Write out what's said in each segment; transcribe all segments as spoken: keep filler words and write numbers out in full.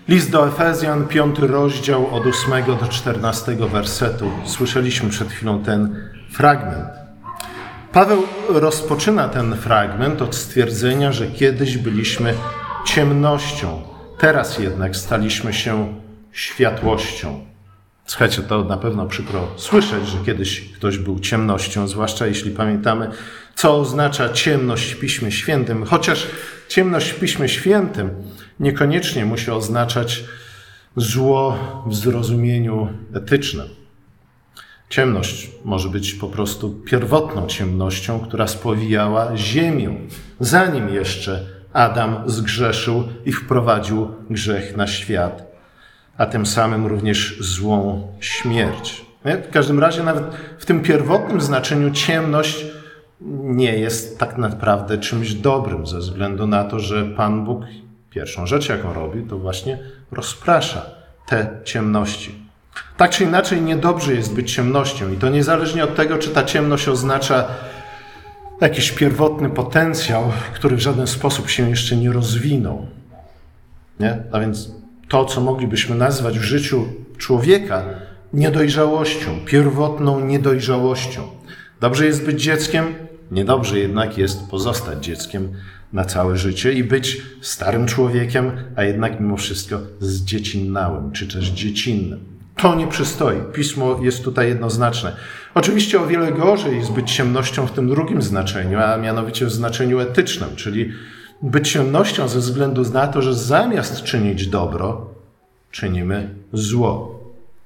List do Efezjan, piąty rozdział od ósmego do czternastego wersetu. Słyszeliśmy przed chwilą ten fragment. Paweł rozpoczyna ten fragment od stwierdzenia, że kiedyś byliśmy ciemnością, teraz jednak staliśmy się światłością. Słuchajcie, to na pewno przykro słyszeć, że kiedyś ktoś był ciemnością, zwłaszcza jeśli pamiętamy, co oznacza ciemność w Piśmie Świętym. Chociaż ciemność w Piśmie Świętym niekoniecznie musi oznaczać zło w zrozumieniu etycznym. Ciemność może być po prostu pierwotną ciemnością, która spowijała ziemię, zanim jeszcze Adam zgrzeszył i wprowadził grzech na świat, a tym samym również złą śmierć. W każdym razie nawet w tym pierwotnym znaczeniu ciemność nie jest tak naprawdę czymś dobrym, ze względu na to, że Pan Bóg pierwszą rzecz, jaką robi, to właśnie rozprasza te ciemności. Tak czy inaczej niedobrze jest być ciemnością i to niezależnie od tego, czy ta ciemność oznacza jakiś pierwotny potencjał, który w żaden sposób się jeszcze nie rozwinął. Nie? A więc to, co moglibyśmy nazwać w życiu człowieka niedojrzałością, pierwotną niedojrzałością. Dobrze jest być dzieckiem, niedobrze jednak jest pozostać dzieckiem na całe życie i być starym człowiekiem, a jednak mimo wszystko zdziecinnałym, czy też dziecinnym. To nie przystoi. Pismo jest tutaj jednoznaczne. Oczywiście o wiele gorzej jest być ciemnością w tym drugim znaczeniu, a mianowicie w znaczeniu etycznym, czyli być ciemnością ze względu na to, że zamiast czynić dobro, czynimy zło.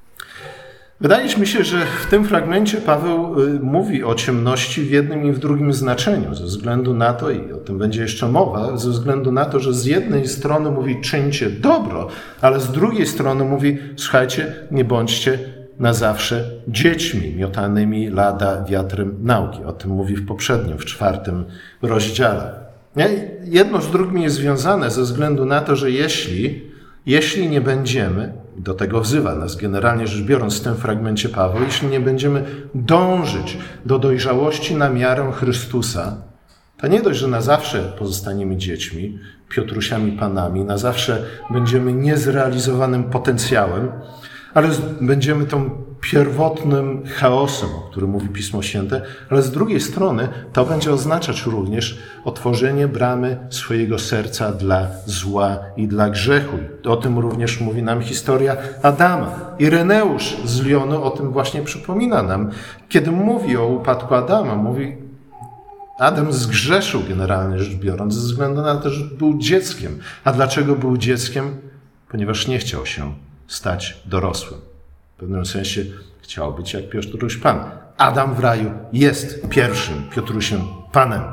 Wydaje mi się, że w tym fragmencie Paweł mówi o ciemności w jednym i w drugim znaczeniu, ze względu na to, i o tym będzie jeszcze mowa, ze względu na to, że z jednej strony mówi czyńcie dobro, ale z drugiej strony mówi słuchajcie, nie bądźcie na zawsze dziećmi miotanymi lada wiatrem nauki. O tym mówi w poprzednim, w czwartym rozdziale. Jedno z drugim jest związane ze względu na to, że jeśli, jeśli nie będziemy, do tego wzywa nas generalnie rzecz biorąc w tym fragmencie Paweł, jeśli nie będziemy dążyć do dojrzałości na miarę Chrystusa, to nie dość, że na zawsze pozostaniemy dziećmi, Piotrusiami Panami, na zawsze będziemy niezrealizowanym potencjałem, ale będziemy tą pierwotnym chaosem, o którym mówi Pismo Święte, ale z drugiej strony to będzie oznaczać również otworzenie bramy swojego serca dla zła i dla grzechu. O tym również mówi nam historia Adama. Ireneusz z Lyonu o tym właśnie przypomina nam. Kiedy mówi o upadku Adama, mówi, Adam zgrzeszył generalnie rzecz biorąc ze względu na to, że był dzieckiem. A dlaczego był dzieckiem? Ponieważ nie chciał się stać dorosłym. W pewnym sensie chciał być jak Piotruś Pan. Adam w raju jest pierwszym Piotrusiem Panem.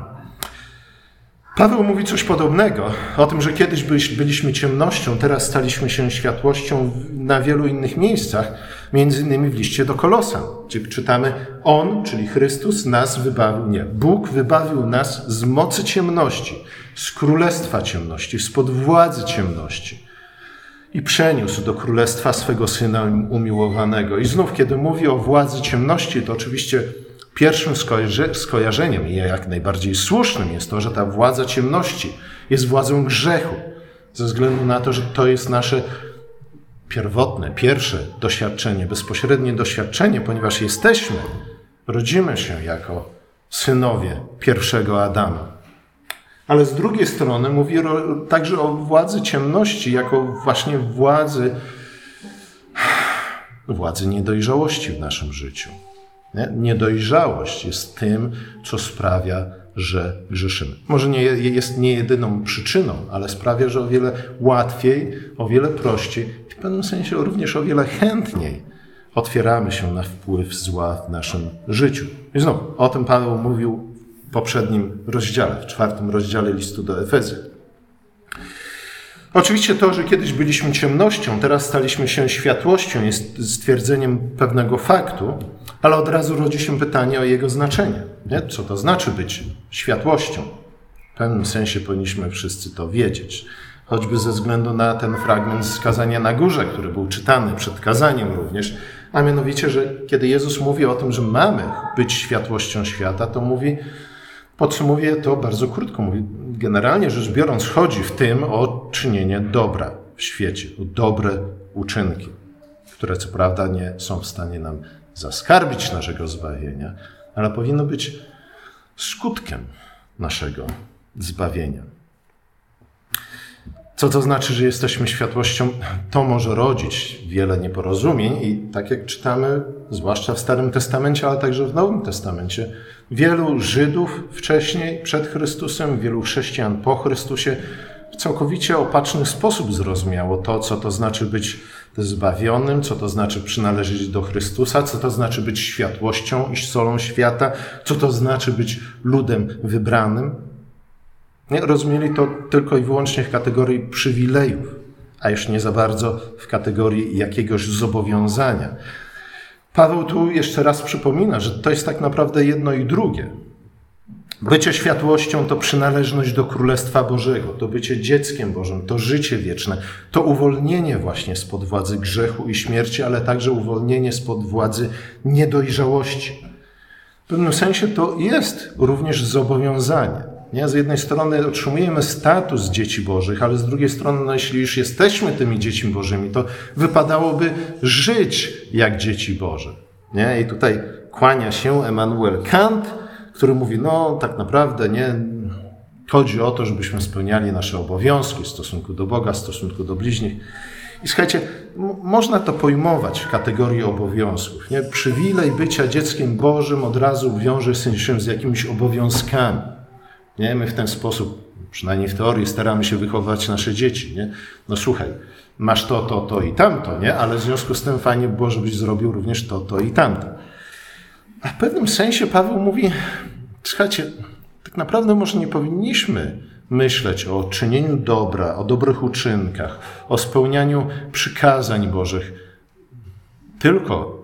Paweł mówi coś podobnego o tym, że kiedyś byliśmy ciemnością, teraz staliśmy się światłością na wielu innych miejscach, między innymi w liście do Kolosan, gdzie czytamy On, czyli Chrystus, nas wybawił, nie, Bóg wybawił nas z mocy ciemności, z królestwa ciemności, spod władzy ciemności. I przeniósł do królestwa swego Syna umiłowanego. I znów, kiedy mówi o władzy ciemności, to oczywiście pierwszym skojarzeniem i jak najbardziej słusznym jest to, że ta władza ciemności jest władzą grzechu. Ze względu na to, że to jest nasze pierwotne, pierwsze doświadczenie, bezpośrednie doświadczenie, ponieważ jesteśmy, rodzimy się jako synowie pierwszego Adama. Ale z drugiej strony mówi także o władzy ciemności, jako właśnie władzy, władzy niedojrzałości w naszym życiu. Nie? Niedojrzałość jest tym, co sprawia, że grzeszymy. Może nie jest nie jedyną przyczyną, ale sprawia, że o wiele łatwiej, o wiele prościej i w pewnym sensie również o wiele chętniej otwieramy się na wpływ zła w naszym życiu. I znowu, o tym Paweł mówił w poprzednim rozdziale, w czwartym rozdziale listu do Efezjan. Oczywiście to, że kiedyś byliśmy ciemnością, teraz staliśmy się światłością, jest stwierdzeniem pewnego faktu, ale od razu rodzi się pytanie o jego znaczenie. Nie? Co to znaczy być światłością? W pewnym sensie powinniśmy wszyscy to wiedzieć. Choćby ze względu na ten fragment z kazania na górze, który był czytany przed kazaniem również, a mianowicie, że kiedy Jezus mówi o tym, że mamy być światłością świata, to mówi, podsumowuję to bardzo krótko, mówi, generalnie rzecz biorąc chodzi w tym o czynienie dobra. w świecie, o dobre uczynki, które co prawda nie są w stanie nam zaskarbić naszego zbawienia, ale powinno być skutkiem naszego zbawienia. Co to znaczy, że jesteśmy światłością? To może rodzić wiele nieporozumień i tak jak czytamy, zwłaszcza w Starym Testamencie, ale także w Nowym Testamencie, wielu Żydów wcześniej, przed Chrystusem, wielu chrześcijan po Chrystusie w całkowicie opaczny sposób zrozumiało to, co to znaczy być zbawionym, co to znaczy przynależeć do Chrystusa, co to znaczy być światłością i solą świata, co to znaczy być ludem wybranym. Nie, rozumieli to tylko i wyłącznie w kategorii przywilejów, a już nie za bardzo w kategorii jakiegoś zobowiązania. Paweł tu jeszcze raz przypomina, że to jest tak naprawdę jedno i drugie. Bycie światłością to przynależność do Królestwa Bożego, to bycie dzieckiem Bożym, to życie wieczne, to uwolnienie właśnie spod władzy grzechu i śmierci, ale także uwolnienie spod władzy niedojrzałości. W pewnym sensie to jest również zobowiązanie. Nie? Z jednej strony otrzymujemy status dzieci Bożych, ale z drugiej strony, no, jeśli już jesteśmy tymi dziećmi Bożymi, to wypadałoby żyć jak dzieci Boże. Nie? I tutaj kłania się Immanuel Kant, który mówi, no tak naprawdę nie chodzi o to, żebyśmy spełniali nasze obowiązki w stosunku do Boga, w stosunku do bliźnich. I słuchajcie, m- można to pojmować w kategorii obowiązków. Nie? Przywilej bycia dzieckiem Bożym od razu wiąże się z jakimiś obowiązkami. Nie? My w ten sposób, przynajmniej w teorii, staramy się wychować nasze dzieci. Nie? No słuchaj, masz to, to, to i tamto, nie? Ale w związku z tym fajnie by było, żebyś zrobił również to, to i tamto. A w pewnym sensie Paweł mówi, słuchajcie, tak naprawdę może nie powinniśmy myśleć o czynieniu dobra, o dobrych uczynkach, o spełnianiu przykazań Bożych tylko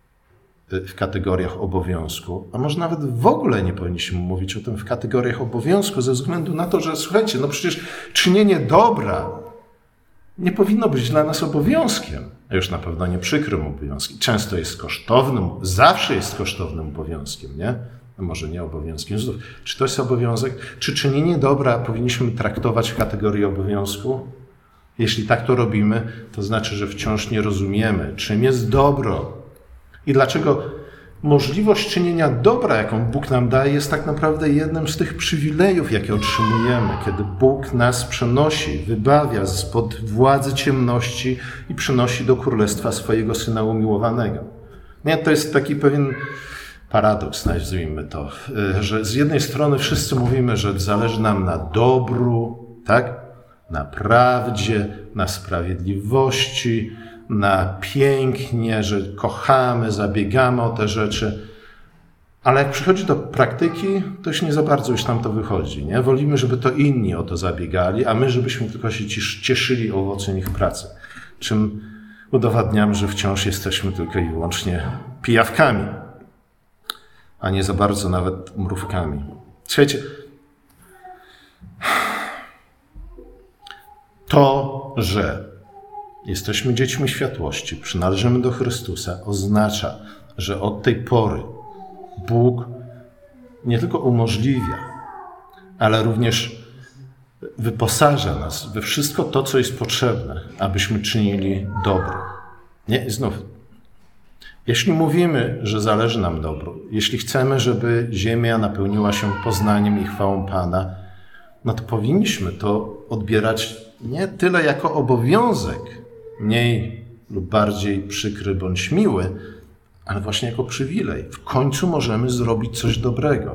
w kategoriach obowiązku, a może nawet w ogóle nie powinniśmy mówić o tym w kategoriach obowiązku ze względu na to, że słuchajcie, no przecież czynienie dobra nie powinno być dla nas obowiązkiem, a już na pewno nie przykrym obowiązkiem. Często jest kosztownym, zawsze jest kosztownym obowiązkiem, nie? No może nie obowiązkiem. Czy to jest obowiązek? Czy czynienie dobra powinniśmy traktować w kategorii obowiązku? Jeśli tak to robimy, to znaczy, że wciąż nie rozumiemy, czym jest dobro i dlaczego możliwość czynienia dobra, jaką Bóg nam daje, jest tak naprawdę jednym z tych przywilejów, jakie otrzymujemy, kiedy Bóg nas przenosi, wybawia spod władzy ciemności i przenosi do królestwa swojego Syna umiłowanego. Nie, to jest taki pewien paradoks, nazwijmy to, że z jednej strony wszyscy mówimy, że zależy nam na dobru, tak? Na prawdzie, na sprawiedliwości, na pięknie, że kochamy, zabiegamy o te rzeczy, ale jak przychodzi do praktyki, to już nie za bardzo już nam to wychodzi. Nie? Wolimy, żeby to inni o to zabiegali, a my, żebyśmy tylko się cieszyli owocem ich pracy. Czym udowadniamy, że wciąż jesteśmy tylko i wyłącznie pijawkami, a nie za bardzo nawet mrówkami. Słuchajcie, to, że jesteśmy dziećmi światłości, przynależymy do Chrystusa, oznacza, że od tej pory Bóg nie tylko umożliwia, ale również wyposaża nas we wszystko to, co jest potrzebne, abyśmy czynili dobro. Nie, i znów, jeśli mówimy, że zależy nam dobro, jeśli chcemy, żeby ziemia napełniła się poznaniem i chwałą Pana, no to powinniśmy to odbierać nie tyle jako obowiązek, mniej lub bardziej przykry bądź miły, ale właśnie jako przywilej. W końcu możemy zrobić coś dobrego.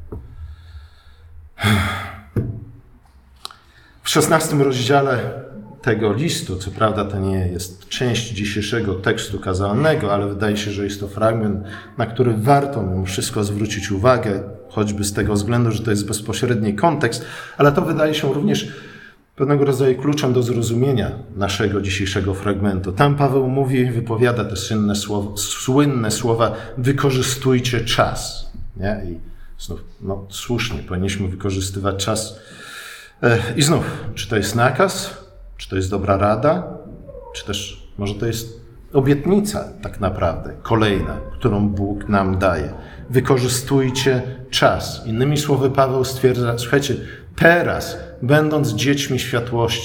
W szesnastym rozdziale tego listu, co prawda to nie jest część dzisiejszego tekstu kazalnego, ale wydaje się, że jest to fragment, na który warto mimo wszystko zwrócić uwagę, choćby z tego względu, że to jest bezpośredni kontekst, ale to wydaje się również pewnego rodzaju kluczem do zrozumienia naszego dzisiejszego fragmentu. Tam Paweł mówi, wypowiada te słynne słowa, słynne słowa wykorzystujcie czas. Nie? I znów, no słusznie, powinniśmy wykorzystywać czas. I znów, czy to jest nakaz? Czy to jest dobra rada? Czy też może to jest obietnica tak naprawdę, kolejna, którą Bóg nam daje. Wykorzystujcie czas. Innymi słowy Paweł stwierdza, słuchajcie, teraz, będąc dziećmi światłości,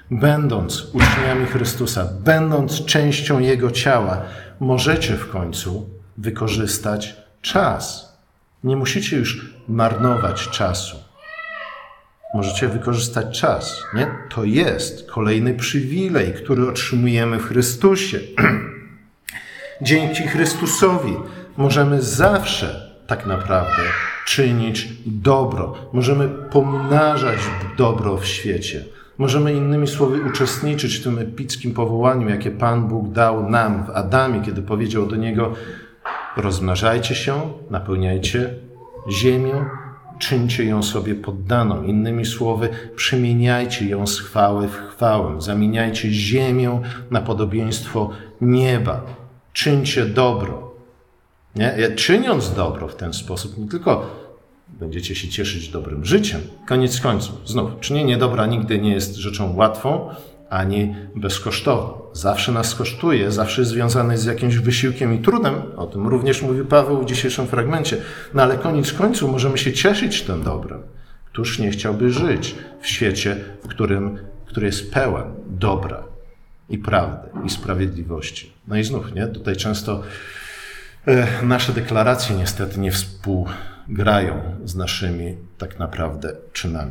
Będąc uczniami Chrystusa, będąc częścią Jego ciała, możecie w końcu wykorzystać czas. Nie musicie już marnować czasu. Możecie wykorzystać czas. Nie? To jest kolejny przywilej, który otrzymujemy w Chrystusie. Dzięki Chrystusowi możemy zawsze tak naprawdę czynić dobro. Możemy pomnażać dobro w świecie. Możemy innymi słowy uczestniczyć w tym epickim powołaniu, jakie Pan Bóg dał nam w Adamie, kiedy powiedział do niego: rozmnażajcie się, napełniajcie ziemię, czyńcie ją sobie poddaną. Innymi słowy, przemieniajcie ją z chwały w chwałę. Zamieniajcie ziemię na podobieństwo nieba. Czyńcie dobro. Nie? Czyniąc dobro w ten sposób, nie tylko będziecie się cieszyć dobrym życiem. Koniec końców. Znów, czynienie dobra nigdy nie jest rzeczą łatwą, ani bezkosztowną. Zawsze nas kosztuje, zawsze jest związane z jakimś wysiłkiem i trudem. O tym również mówi Paweł w dzisiejszym fragmencie. No ale koniec końców możemy się cieszyć tym dobrem. Któż nie chciałby żyć w świecie, w którym, który jest pełen dobra i prawdy, i sprawiedliwości. No i znów, nie? Tutaj często e, nasze deklaracje niestety nie współgrają z naszymi tak naprawdę czynami.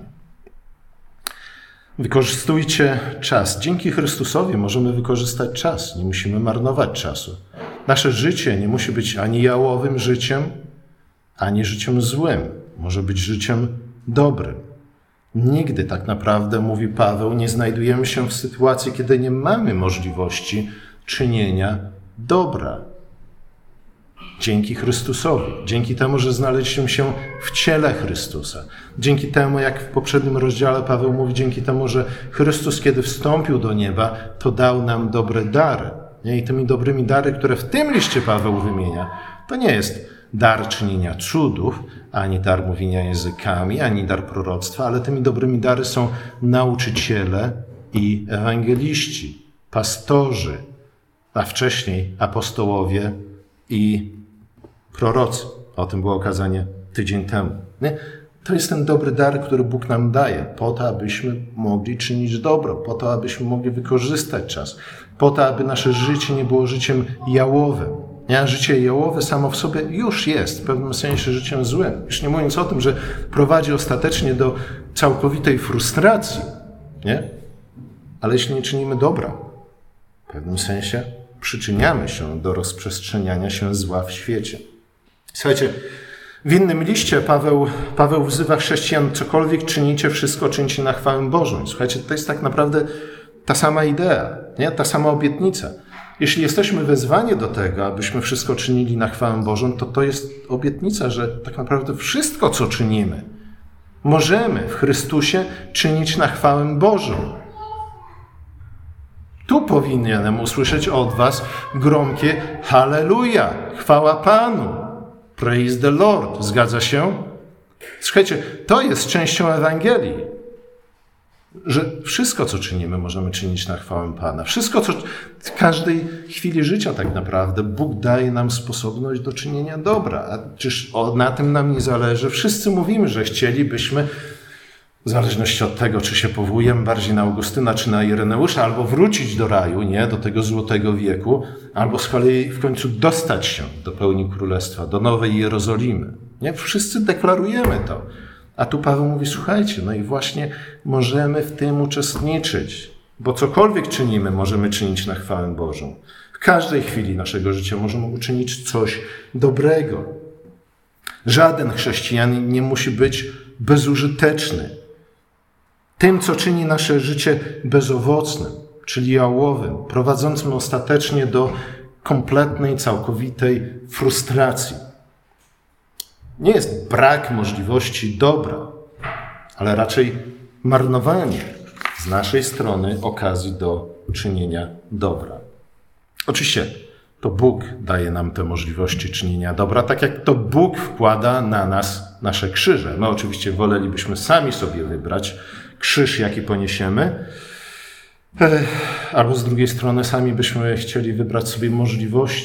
Wykorzystujcie czas. Dzięki Chrystusowi możemy wykorzystać czas. Nie musimy marnować czasu. Nasze życie nie musi być ani jałowym życiem, ani życiem złym. Może być życiem dobrym. Nigdy tak naprawdę, mówi Paweł, nie znajdujemy się w sytuacji, kiedy nie mamy możliwości czynienia dobra. Dzięki Chrystusowi, dzięki temu, że znaleźliśmy się w ciele Chrystusa. Dzięki temu, jak w poprzednim rozdziale Paweł mówi, dzięki temu, że Chrystus, kiedy wstąpił do nieba, to dał nam dobre dary. I tymi dobrymi dary, które w tym liście Paweł wymienia, to nie jest dar czynienia cudów, ani dar mówienia językami, ani dar proroctwa, ale tymi dobrymi dary są nauczyciele i ewangeliści, pastorzy, a wcześniej apostołowie i prorocy. O tym było kazanie tydzień temu. Nie? To jest ten dobry dar, który Bóg nam daje, po to, abyśmy mogli czynić dobro, po to, abyśmy mogli wykorzystać czas, po to, aby nasze życie nie było życiem jałowym. Nie? Życie jałowe samo w sobie już jest w pewnym sensie życiem złym. Już nie mówiąc o tym, że prowadzi ostatecznie do całkowitej frustracji. Nie? Ale jeśli nie czynimy dobra, w pewnym sensie przyczyniamy się do rozprzestrzeniania się zła w świecie. Słuchajcie, w innym liście Paweł, Paweł wzywa chrześcijan: cokolwiek czynicie, wszystko czyńcie na chwałę Bożą. Słuchajcie, to jest tak naprawdę ta sama idea, nie? Ta sama obietnica. Jeśli jesteśmy wezwani do tego, abyśmy wszystko czynili na chwałę Bożą, to to jest obietnica, że tak naprawdę wszystko, co czynimy, możemy w Chrystusie czynić na chwałę Bożą. Tu powinienem usłyszeć od was gromkie halleluja, chwała Panu, praise the Lord. Zgadza się? Słuchajcie, to jest częścią Ewangelii, że wszystko, co czynimy, możemy czynić na chwałę Pana. Wszystko, co w każdej chwili życia tak naprawdę Bóg daje nam sposobność do czynienia dobra. A czyż na tym nam nie zależy? Wszyscy mówimy, że chcielibyśmy, w zależności od tego, czy się powołujemy bardziej na Augustyna, czy na Ireneusza, albo wrócić do raju, nie, do tego złotego wieku, albo z kolei w końcu dostać się do pełni królestwa, do Nowej Jerozolimy. Nie? Wszyscy deklarujemy to. A tu Paweł mówi: słuchajcie, no i właśnie możemy w tym uczestniczyć, bo cokolwiek czynimy, możemy czynić na chwałę Bożą. W każdej chwili naszego życia możemy uczynić coś dobrego. Żaden chrześcijanin nie musi być bezużyteczny. Tym, co czyni nasze życie bezowocnym, czyli jałowym, prowadzącym ostatecznie do kompletnej, całkowitej frustracji. Nie jest brak możliwości dobra, ale raczej marnowanie z naszej strony okazji do czynienia dobra. Oczywiście to Bóg daje nam te możliwości czynienia dobra, tak jak to Bóg wkłada na nas nasze krzyże. My oczywiście wolelibyśmy sami sobie wybrać krzyż, jaki poniesiemy, albo z drugiej strony sami byśmy chcieli wybrać sobie możliwości,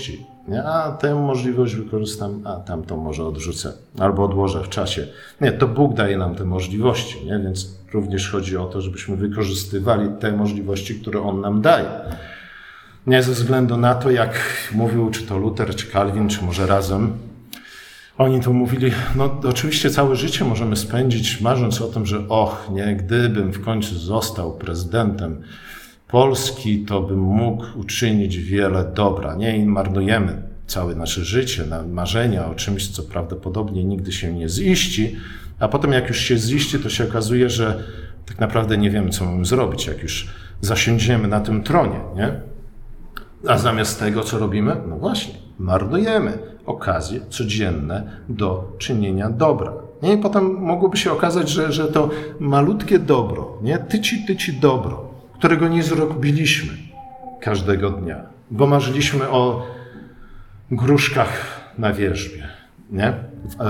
Nie? A tę możliwość wykorzystam, a tamtą może odrzucę albo odłożę w czasie. Nie, to Bóg daje nam te możliwości, nie? Więc również chodzi o to, żebyśmy wykorzystywali te możliwości, które On nam daje. Nie ze względu na to, jak mówił czy to Luter, czy Calvin, czy może razem, oni tu mówili, no oczywiście całe życie możemy spędzić marząc o tym, że och, nie, gdybym w końcu został prezydentem Polski, to bym mógł uczynić wiele dobra, nie? I marnujemy całe nasze życie na marzenia o czymś, co prawdopodobnie nigdy się nie ziści, a potem jak już się ziści, to się okazuje, że tak naprawdę nie wiemy, co mamy zrobić, jak już zasiądziemy na tym tronie, nie? A zamiast tego, co robimy? No właśnie, marnujemy okazje codzienne do czynienia dobra. Nie? I potem mogłoby się okazać, że, że to malutkie dobro, nie? Tyci, tyci dobro, którego nie zrobiliśmy każdego dnia, bo marzyliśmy o gruszkach na wierzbie, nie? E,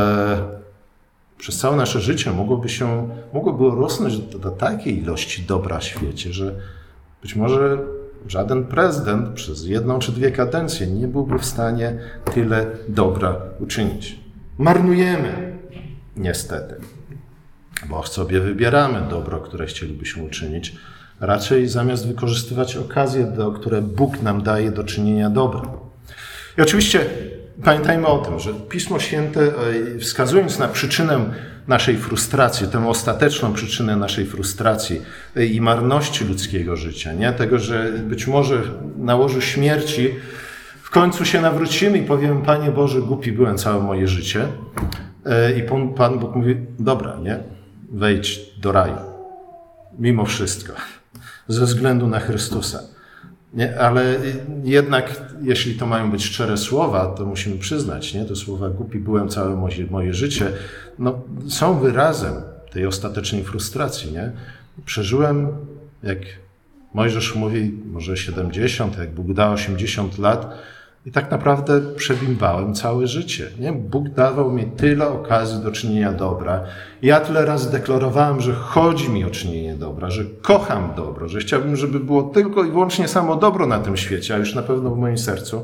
przez całe nasze życie mogłoby się, mogłoby rosnąć do, do takiej ilości dobra w świecie, że być może żaden prezydent przez jedną czy dwie kadencje nie byłby w stanie tyle dobra uczynić. Marnujemy, niestety, bo sobie wybieramy dobro, które chcielibyśmy uczynić, raczej zamiast wykorzystywać okazje, do, które Bóg nam daje do czynienia dobra. I oczywiście pamiętajmy o tym, że Pismo Święte, wskazując na przyczynę naszej frustracji, tę ostateczną przyczynę naszej frustracji i marności ludzkiego życia, nie? Tego, że być może na łożu śmierci w końcu się nawrócimy i powiemy, Panie Boże, głupi byłem całe moje życie. I Pan Bóg mówi, dobra, nie? Wejdź do raju. Mimo wszystko. Ze względu na Chrystusa. Nie, ale jednak, jeśli to mają być szczere słowa, to musimy przyznać, nie? Te słowa głupi byłem całe moje, moje życie, no, są wyrazem tej ostatecznej frustracji, nie? Przeżyłem, jak Mojżesz mówi, może siedemdziesiąt, jak Bóg da osiemdziesiąt lat i tak naprawdę przebimbałem całe życie, nie? Bóg dawał mi tyle okazji do czynienia dobra. Ja tyle razy deklarowałem, że chodzi mi o czynienie dobra, że kocham dobro, że chciałbym, żeby było tylko i wyłącznie samo dobro na tym świecie, a już na pewno w moim sercu.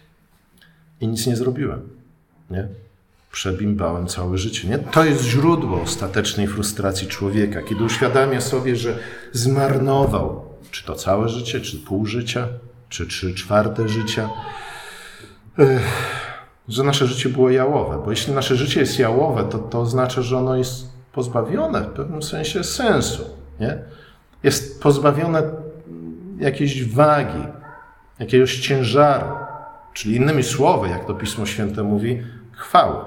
I nic nie zrobiłem, nie? Przebimbałem całe życie, nie? To jest źródło ostatecznej frustracji człowieka, kiedy uświadamia sobie, że zmarnował, czy to całe życie, czy pół życia, czy trzy czwarte życia, że nasze życie było jałowe. Bo jeśli nasze życie jest jałowe, to to oznacza, że ono jest pozbawione w pewnym sensie sensu, nie? Jest pozbawione jakiejś wagi, jakiegoś ciężaru, czyli innymi słowy, jak to Pismo Święte mówi, chwały.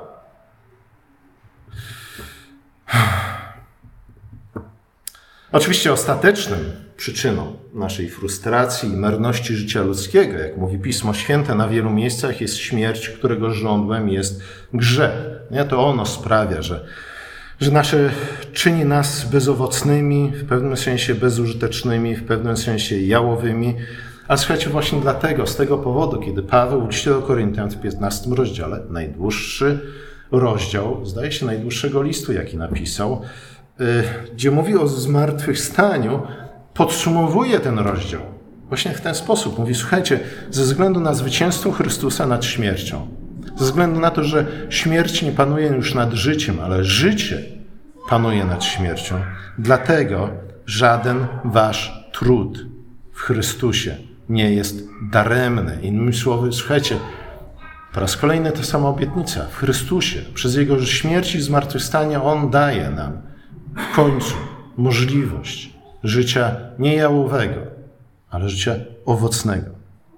Oczywiście ostatecznym przyczyną naszej frustracji i marności życia ludzkiego, jak mówi Pismo Święte, na wielu miejscach jest śmierć, którego źródłem jest grzech. Nie? To ono sprawia, że, że nasze czyni nas bezowocnymi, w pewnym sensie bezużytecznymi, w pewnym sensie jałowymi. Ale słuchajcie, właśnie dlatego, z tego powodu, kiedy Paweł w liście do Koryntian w piętnastym rozdziale, najdłuższy rozdział, zdaje się najdłuższego listu, jaki napisał, gdzie mówi o zmartwychwstaniu, podsumowuje ten rozdział właśnie w ten sposób. Mówi, słuchajcie, ze względu na zwycięstwo Chrystusa nad śmiercią, ze względu na to, że śmierć nie panuje już nad życiem, ale życie panuje nad śmiercią, dlatego żaden wasz trud w Chrystusie nie jest daremny. Innymi słowy, słuchajcie, po raz kolejny ta sama obietnica. W Chrystusie, przez Jego śmierć i zmartwychwstanie On daje nam w końcu możliwość życia nie jałowego, ale życia owocnego.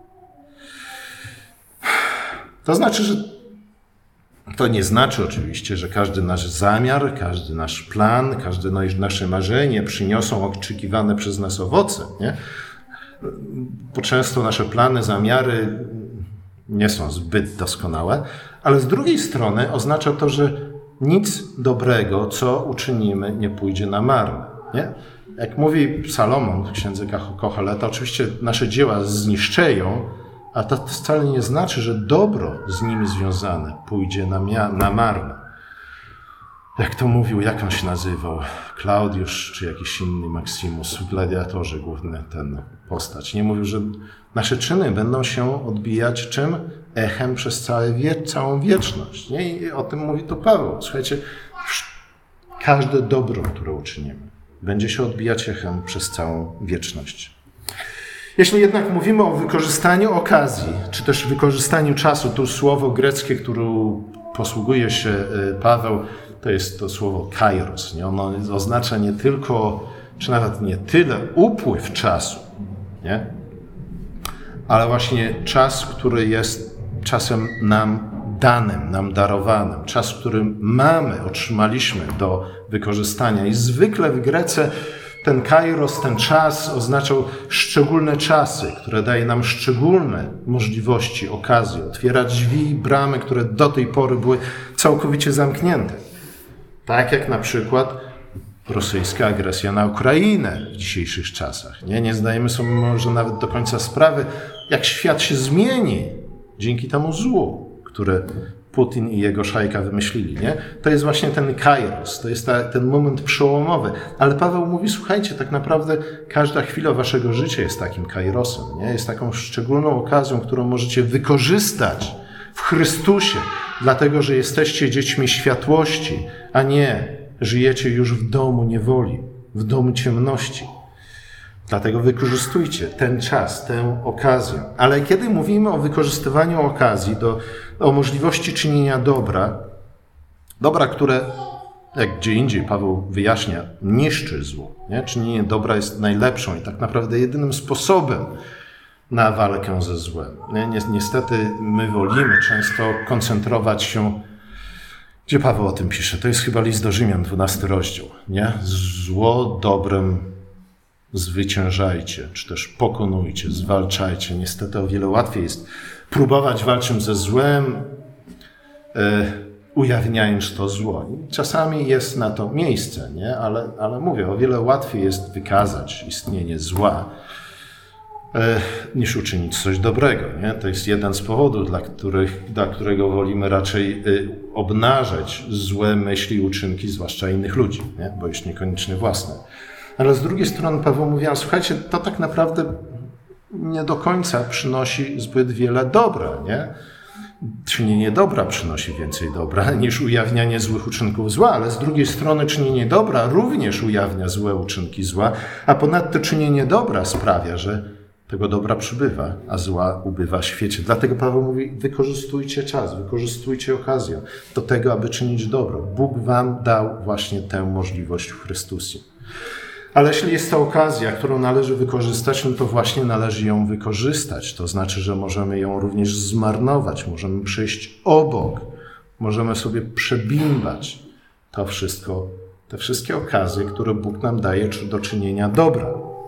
To znaczy, że to nie znaczy oczywiście, że każdy nasz zamiar, każdy nasz plan, każde nasze marzenie przyniosą oczekiwane przez nas owoce, nie? Bo często nasze plany, zamiary nie są zbyt doskonałe, ale z drugiej strony oznacza to, że nic dobrego, co uczynimy, nie pójdzie na marne. Nie? Jak mówi Salomon w księdze Koheleta, oczywiście nasze dzieła zniszczeją, a to wcale nie znaczy, że dobro z nimi związane pójdzie na, mia- na marne. jak to mówił, jak on się nazywał, Klaudiusz czy jakiś inny Maximus w Gladiatorze, główny ten postać. Nie mówił, że nasze czyny będą się odbijać czym? Echem przez całe wie, całą wieczność. Nie? I o tym mówi tu Paweł. Słuchajcie, każde dobro, które uczynimy, będzie się odbijać echem przez całą wieczność. Jeśli jednak mówimy o wykorzystaniu okazji, czy też wykorzystaniu czasu, to słowo greckie, którym posługuje się Paweł, to jest to słowo kairos. Nie? Ono oznacza nie tylko, czy nawet nie tyle upływ czasu, nie? Ale właśnie czas, który jest czasem nam danym, nam darowanym. Czas, który mamy, otrzymaliśmy do wykorzystania. I zwykle w Grece ten kairos, ten czas oznaczał szczególne czasy, które daje nam szczególne możliwości, okazje. Otwiera drzwi i bramy, które do tej pory były całkowicie zamknięte. Tak jak na przykład rosyjska agresja na Ukrainę w dzisiejszych czasach. Nie, nie zdajemy sobie może nawet do końca sprawy, jak świat się zmieni dzięki temu złu, które Putin i jego szajka wymyślili. Nie? To jest właśnie ten kairos, to jest ta, ten moment przełomowy. Ale Paweł mówi, słuchajcie, tak naprawdę każda chwila waszego życia jest takim kairosem. Nie? Jest taką szczególną okazją, którą możecie wykorzystać w Chrystusie, dlatego że jesteście dziećmi światłości, a nie żyjecie już w domu niewoli, w domu ciemności. Dlatego wykorzystujcie ten czas, tę okazję. Ale kiedy mówimy o wykorzystywaniu okazji, do, o możliwości czynienia dobra, dobra, które, jak gdzie indziej Paweł wyjaśnia, niszczy zło. Nie? Czynienie dobra jest najlepszą i tak naprawdę jedynym sposobem na walkę ze złem. Nie? Niestety my wolimy często koncentrować się, gdzie Paweł o tym pisze, to jest chyba list do Rzymian, dwunasty rozdział. Nie? Zło dobrem zwyciężajcie, czy też pokonujcie, zwalczajcie. Niestety o wiele łatwiej jest próbować walczyć ze złem, e, ujawniając to zło. I czasami jest na to miejsce, nie? Ale, ale mówię, o wiele łatwiej jest wykazać istnienie zła, e, niż uczynić coś dobrego. Nie? To jest jeden z powodów, dla, których, dla którego wolimy raczej e, obnażać złe myśli i uczynki, zwłaszcza innych ludzi, nie? Bo już niekoniecznie własne. Ale z drugiej strony Paweł mówi, a słuchajcie, to tak naprawdę nie do końca przynosi zbyt wiele dobra, nie? Czynienie dobra przynosi więcej dobra niż ujawnianie złych uczynków zła, ale z drugiej strony czynienie dobra również ujawnia złe uczynki zła, a ponadto czynienie dobra sprawia, że tego dobra przybywa, a zła ubywa w świecie. Dlatego Paweł mówi, wykorzystujcie czas, wykorzystujcie okazję do tego, aby czynić dobro. Bóg wam dał właśnie tę możliwość w Chrystusie. Ale jeśli jest to okazja, którą należy wykorzystać, no to właśnie należy ją wykorzystać. To znaczy, że możemy ją również zmarnować, możemy przejść obok, możemy sobie przebimbać to wszystko, te wszystkie okazje, które Bóg nam daje do czynienia dobra.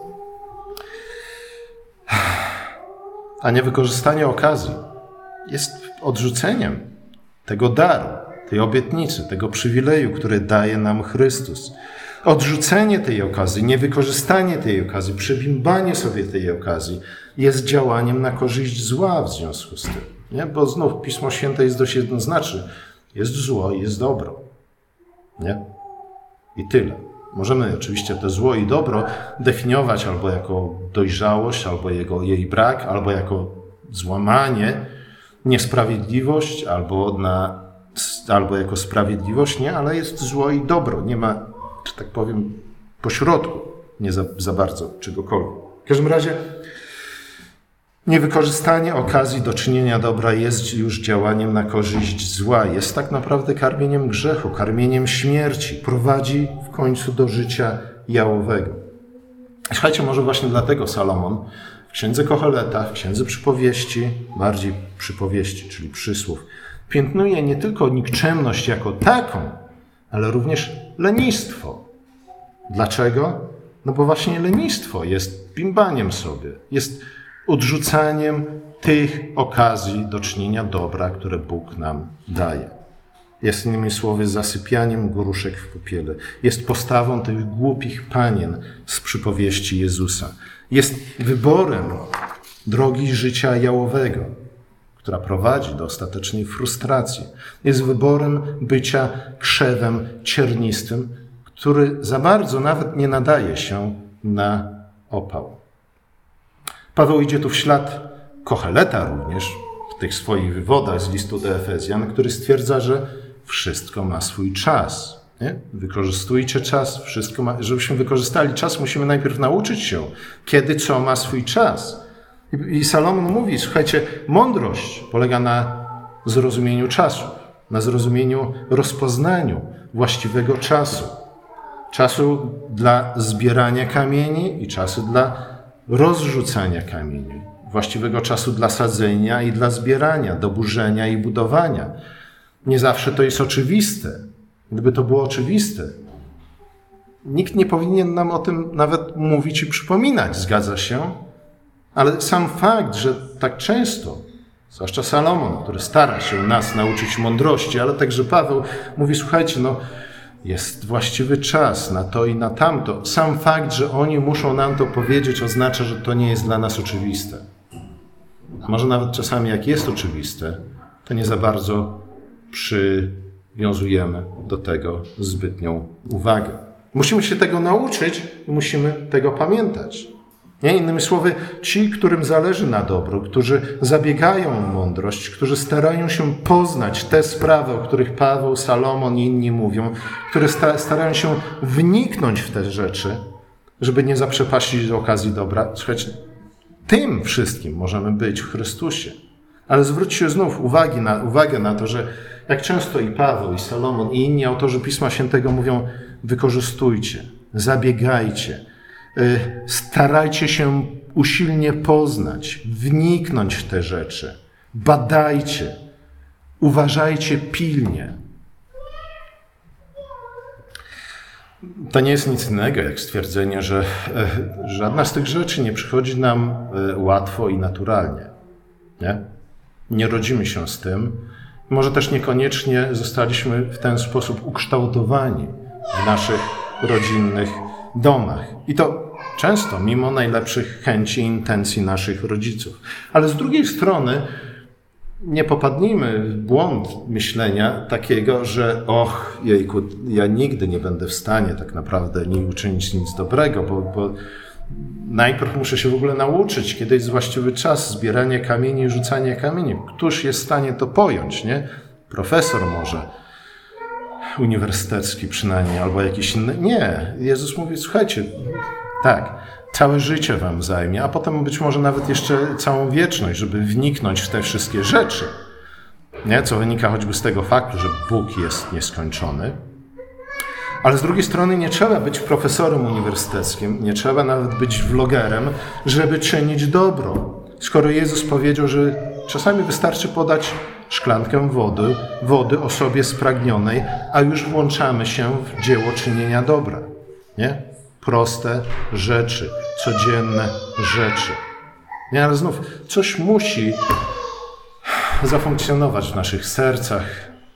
A niewykorzystanie okazji jest odrzuceniem tego daru, tej obietnicy, tego przywileju, który daje nam Chrystus. Odrzucenie tej okazji, niewykorzystanie tej okazji, przebimbanie sobie tej okazji jest działaniem na korzyść zła w związku z tym. Nie? Bo znów Pismo Święte jest dość jednoznaczne. Jest zło i jest dobro. Nie? I tyle. Możemy oczywiście to zło i dobro definiować albo jako dojrzałość, albo jego, jej brak, albo jako złamanie, niesprawiedliwość, albo, na, albo jako sprawiedliwość, nie? Ale jest zło i dobro. Nie ma, że tak powiem, pośrodku, nie za, za bardzo czegokolwiek. W każdym razie niewykorzystanie okazji do czynienia dobra jest już działaniem na korzyść zła. Jest tak naprawdę karmieniem grzechu, karmieniem śmierci. Prowadzi w końcu do życia jałowego. Słuchajcie, może właśnie dlatego Salomon w Księdze Koheleta, w Księdze Przypowieści, bardziej przypowieści, czyli przysłów, piętnuje nie tylko nikczemność jako taką, ale również lenistwo. Dlaczego? No bo właśnie lenistwo jest bimbaniem sobie, jest odrzucaniem tych okazji do czynienia dobra, które Bóg nam daje. Jest innymi słowy zasypianiem gruszek w popiele. Jest postawą tych głupich panien z przypowieści Jezusa. Jest wyborem drogi życia jałowego, która prowadzi do ostatecznej frustracji. Jest wyborem bycia krzewem ciernistym, który za bardzo nawet nie nadaje się na opał. Paweł idzie tu w ślad Kocheleta również, w tych swoich wywodach z listu do Efezjan, który stwierdza, że wszystko ma swój czas. Nie? Wykorzystujcie czas, wszystko ma, żebyśmy wykorzystali czas, musimy najpierw nauczyć się, kiedy co ma swój czas. I, i Salomon mówi, słuchajcie, mądrość polega na zrozumieniu czasu, na zrozumieniu, rozpoznaniu właściwego czasu. Czasu dla zbierania kamieni i czasu dla rozrzucania kamieni. Właściwego czasu dla sadzenia i dla zbierania, do burzenia i budowania. Nie zawsze to jest oczywiste. Gdyby to było oczywiste, nikt nie powinien nam o tym nawet mówić i przypominać, zgadza się? Ale sam fakt, że tak często, zwłaszcza Salomon, który stara się nas nauczyć mądrości, ale także Paweł mówi, słuchajcie, no jest właściwy czas na to i na tamto. Sam fakt, że oni muszą nam to powiedzieć, oznacza, że to nie jest dla nas oczywiste. A może nawet czasami, jak jest oczywiste, to nie za bardzo przywiązujemy do tego zbytnią uwagę. Musimy się tego nauczyć i musimy tego pamiętać. Nie? Innymi słowy, ci, którym zależy na dobro, którzy zabiegają o mądrość, którzy starają się poznać te sprawy, o których Paweł, Salomon i inni mówią, które starają się wniknąć w te rzeczy, żeby nie zaprzepaścić okazji dobra. Słuchajcie, tym wszystkim możemy być w Chrystusie. Ale zwróćcie znów uwagi na, uwagę na to, że jak często i Paweł, i Salomon, i inni autorzy Pisma Świętego mówią, wykorzystujcie, zabiegajcie, starajcie się usilnie poznać, wniknąć w te rzeczy, badajcie, uważajcie pilnie. To nie jest nic innego jak stwierdzenie, że żadna z tych rzeczy nie przychodzi nam łatwo i naturalnie. Nie? Nie rodzimy się z tym. Może też niekoniecznie zostaliśmy w ten sposób ukształtowani w naszych rodzinnych domach. I to często mimo najlepszych chęci i intencji naszych rodziców. Ale z drugiej strony nie popadnijmy w błąd myślenia takiego, że och, jejku, ja nigdy nie będę w stanie tak naprawdę nie uczynić nic dobrego, bo, bo najpierw muszę się w ogóle nauczyć, kiedy jest właściwy czas zbierania kamieni i rzucania kamieni. Któż jest w stanie to pojąć, nie? Profesor może, uniwersytecki przynajmniej, albo jakiś inny. Nie. Jezus mówi, słuchajcie, tak, całe życie wam zajmie, a potem być może nawet jeszcze całą wieczność, żeby wniknąć w te wszystkie rzeczy. Nie? Co wynika choćby z tego faktu, że Bóg jest nieskończony. Ale z drugiej strony nie trzeba być profesorem uniwersyteckim, nie trzeba nawet być vlogerem, żeby czynić dobro. Skoro Jezus powiedział, że czasami wystarczy podać szklankę wody, wody osobie spragnionej, a już włączamy się w dzieło czynienia dobra. Nie? Proste rzeczy, codzienne rzeczy. Nie, ale znów coś musi zafunkcjonować w naszych sercach,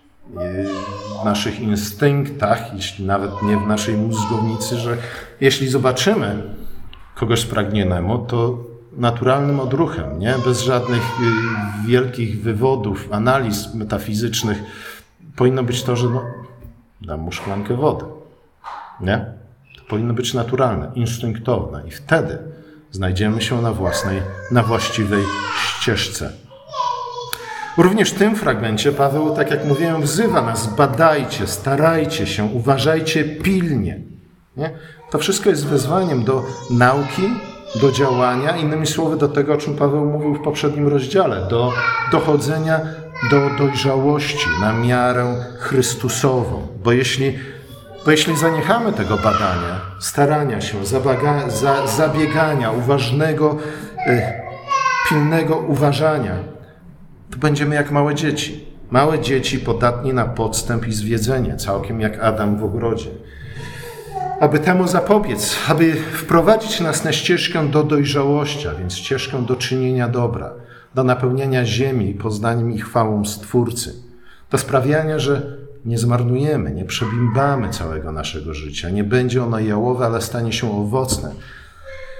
w naszych instynktach, jeśli nawet nie w naszej mózgownicy, że jeśli zobaczymy kogoś spragnionemu, to naturalnym odruchem, nie? Bez żadnych wielkich wywodów, analiz metafizycznych, powinno być to, że no, dam mu szklankę wody. Nie? To powinno być naturalne, instynktowne i wtedy znajdziemy się na własnej, na właściwej ścieżce. Również w tym fragmencie Paweł, tak jak mówiłem, wzywa nas, badajcie, starajcie się, uważajcie pilnie. Nie? To wszystko jest wezwaniem do nauki, do działania, innymi słowy do tego, o czym Paweł mówił w poprzednim rozdziale, do dochodzenia do dojrzałości na miarę Chrystusową. Bo jeśli, bo jeśli zaniechamy tego badania, starania się, zabaga, za, zabiegania, uważnego, e, pilnego uważania, to będziemy jak małe dzieci. Małe dzieci podatni na podstęp i zwiedzenie, całkiem jak Adam w ogrodzie. Aby temu zapobiec, aby wprowadzić nas na ścieżkę do dojrzałości, a więc ścieżkę do czynienia dobra, do napełniania ziemi poznaniem i chwałą Stwórcy, do sprawiania, że nie zmarnujemy, nie przebimbamy całego naszego życia, nie będzie ono jałowe, ale stanie się owocne.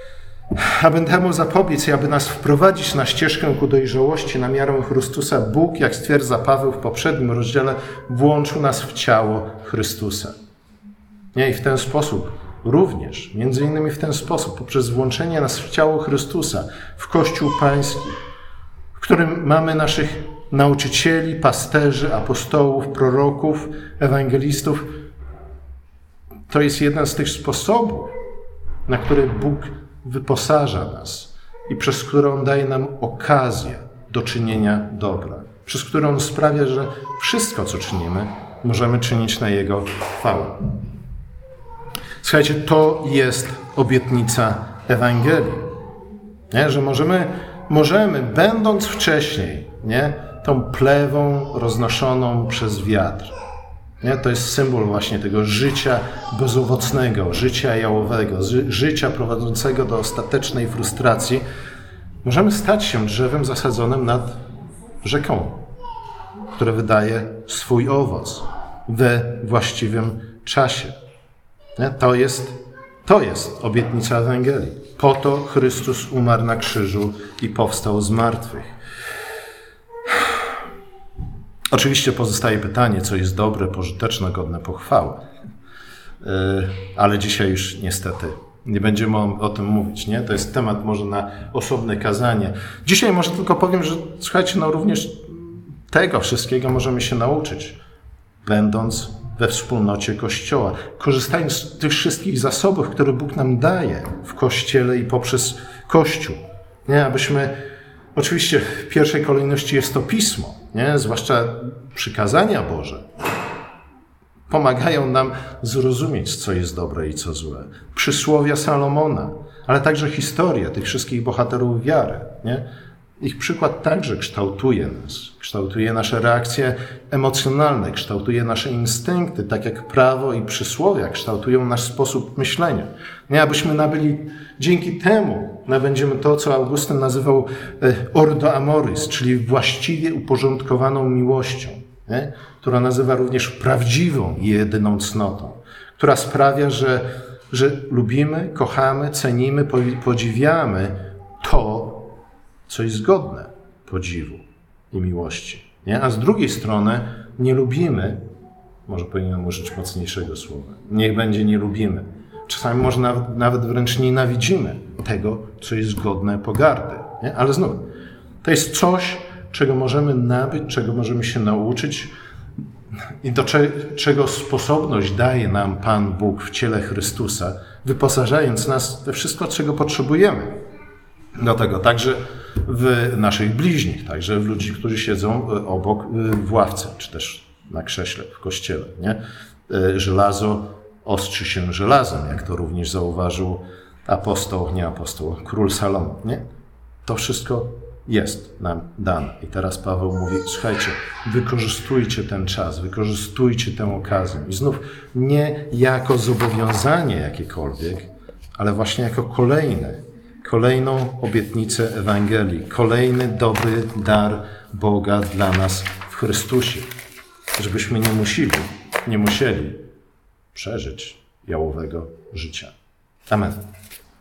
Aby temu zapobiec i aby nas wprowadzić na ścieżkę ku dojrzałości na miarę Chrystusa, Bóg, jak stwierdza Paweł w poprzednim rozdziale, włączył nas w ciało Chrystusa. Nie? I w ten sposób również, między innymi w ten sposób, poprzez włączenie nas w ciało Chrystusa, w Kościół Pański, w którym mamy naszych nauczycieli, pasterzy, apostołów, proroków, ewangelistów. To jest jeden z tych sposobów, na które Bóg wyposaża nas i przez które On daje nam okazję do czynienia dobra, przez które On sprawia, że wszystko, co czynimy, możemy czynić na Jego chwałę. Słuchajcie, to jest obietnica Ewangelii, nie? Że możemy, możemy, będąc wcześniej, nie? tą plewą roznoszoną przez wiatr. Nie? To jest symbol właśnie tego życia bezowocnego, życia jałowego, ży- życia prowadzącego do ostatecznej frustracji. Możemy stać się drzewem zasadzonym nad rzeką, które wydaje swój owoc we właściwym czasie. Nie? To jest, to jest obietnica Ewangelii. Po to Chrystus umarł na krzyżu i powstał z martwych. Oczywiście pozostaje pytanie, co jest dobre, pożyteczne, godne pochwały. Ale dzisiaj już niestety nie będziemy o, o tym mówić. Nie? To jest temat może na osobne kazanie. Dzisiaj może tylko powiem, że słuchajcie, no również tego wszystkiego możemy się nauczyć, będąc we wspólnocie Kościoła, korzystając z tych wszystkich zasobów, które Bóg nam daje w Kościele i poprzez Kościół. Nie? Abyśmy, oczywiście w pierwszej kolejności jest to Pismo, nie? Zwłaszcza przykazania Boże, pomagają nam zrozumieć, co jest dobre i co złe. Przysłowia Salomona, ale także historia tych wszystkich bohaterów wiary. Nie? Ich przykład także kształtuje nas, kształtuje nasze reakcje emocjonalne, kształtuje nasze instynkty, tak jak prawo i przysłowia kształtują nasz sposób myślenia. Nie, abyśmy nabyli, dzięki temu nabędziemy to, co Augustyn nazywał ordo amoris, czyli właściwie uporządkowaną miłością, nie? Która nazywa również prawdziwą i jedyną cnotą, która sprawia, że, że lubimy, kochamy, cenimy, podziwiamy to, co jest godne podziwu i miłości. Nie? A z drugiej strony nie lubimy, może powinienem użyć mocniejszego słowa, niech będzie nie lubimy. Czasami może nawet, nawet wręcz nienawidzimy tego, co jest godne pogardy. Nie? Ale znów, to jest coś, czego możemy nabyć, czego możemy się nauczyć i do cze, czego sposobność daje nam Pan Bóg w ciele Chrystusa, wyposażając nas we wszystko, czego potrzebujemy. Do tego także w naszych bliźnich, także w ludzi, którzy siedzą obok w ławce, czy też na krześle w kościele. Nie? Żelazo ostrzy się żelazem, jak to również zauważył apostoł, nie apostoł, król Salomon. Nie? To wszystko jest nam dane. I teraz Paweł mówi, słuchajcie, wykorzystujcie ten czas, wykorzystujcie tę okazję. I znów nie jako zobowiązanie jakiekolwiek, ale właśnie jako kolejne, kolejną obietnicę Ewangelii, kolejny dobry dar Boga dla nas w Chrystusie, żebyśmy nie musieli, nie musieli przeżyć jałowego życia. Amen.